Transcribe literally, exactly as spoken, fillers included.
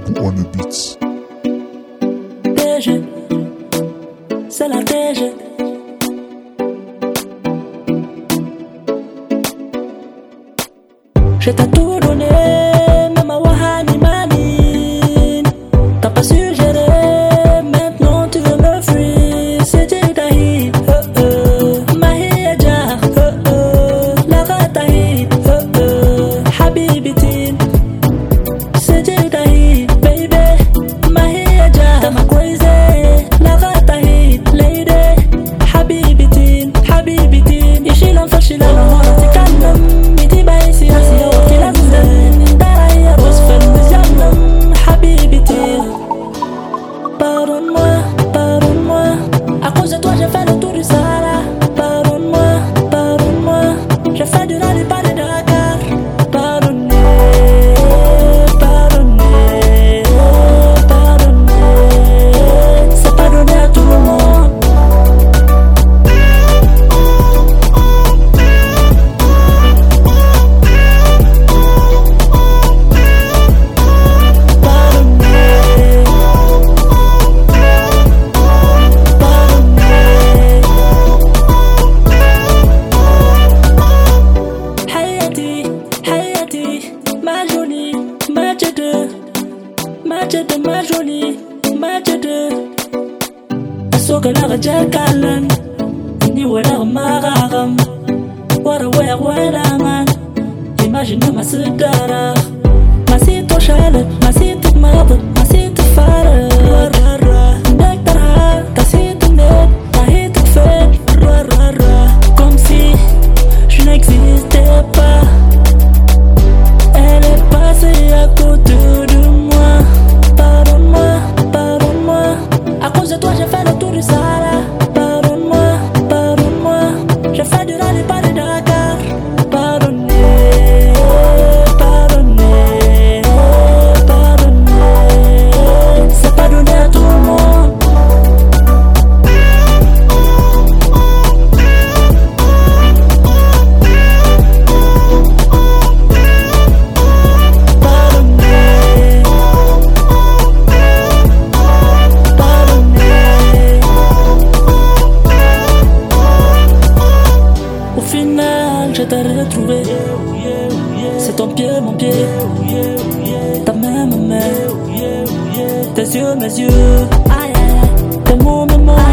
Babu on the beats. T G, c'est la T G. Je t'ai tout donné, même à Wahani Mani. T'as pas su gérer, maintenant tu veux me fuir. C'est Jadahi, oh oh. Mahia, oh oh. La Ratahi, oh oh. Habibitin. C'est Jadahi, baby. Mahia, t'as ma crazy. La Ratahi, lady. Habibitin, Habibitin. Yishilan fashilan, tikanam. Pardonne-moi, pardonne-moi. À cause de toi, j'ai fait le tour du Sahara. Pardonne-moi, pardonne-moi. J'ai fait du rallye pas de Dakar. Pardonnez, pardonnez, pardonnez. C'est pas donné à tout le monde. Majede ma jolie, majede Asogala rajal kalan Ini wala maragam Wara waya wala man Imagine ma sidara Masito shale, masito mad, masito fara Nektar tasito net, tahito fait Comme si je n'existais pas. Elle est passée à côté de moi. Pardonne-moi, pardonne-moi. À cause de toi j'ai fait le tour du Sahara. Pardonne-moi, pardonne-moi. J'ai fait du rallye pas de Dakar. Pardonnez, pardonnez, pardonnez. C'est pas donné à tout le monde. Au final, je t'ai retrouvé. C'est ton pied, mon pied. Ta main, ma main. Tes yeux, mes yeux. Tes mots, mes mots.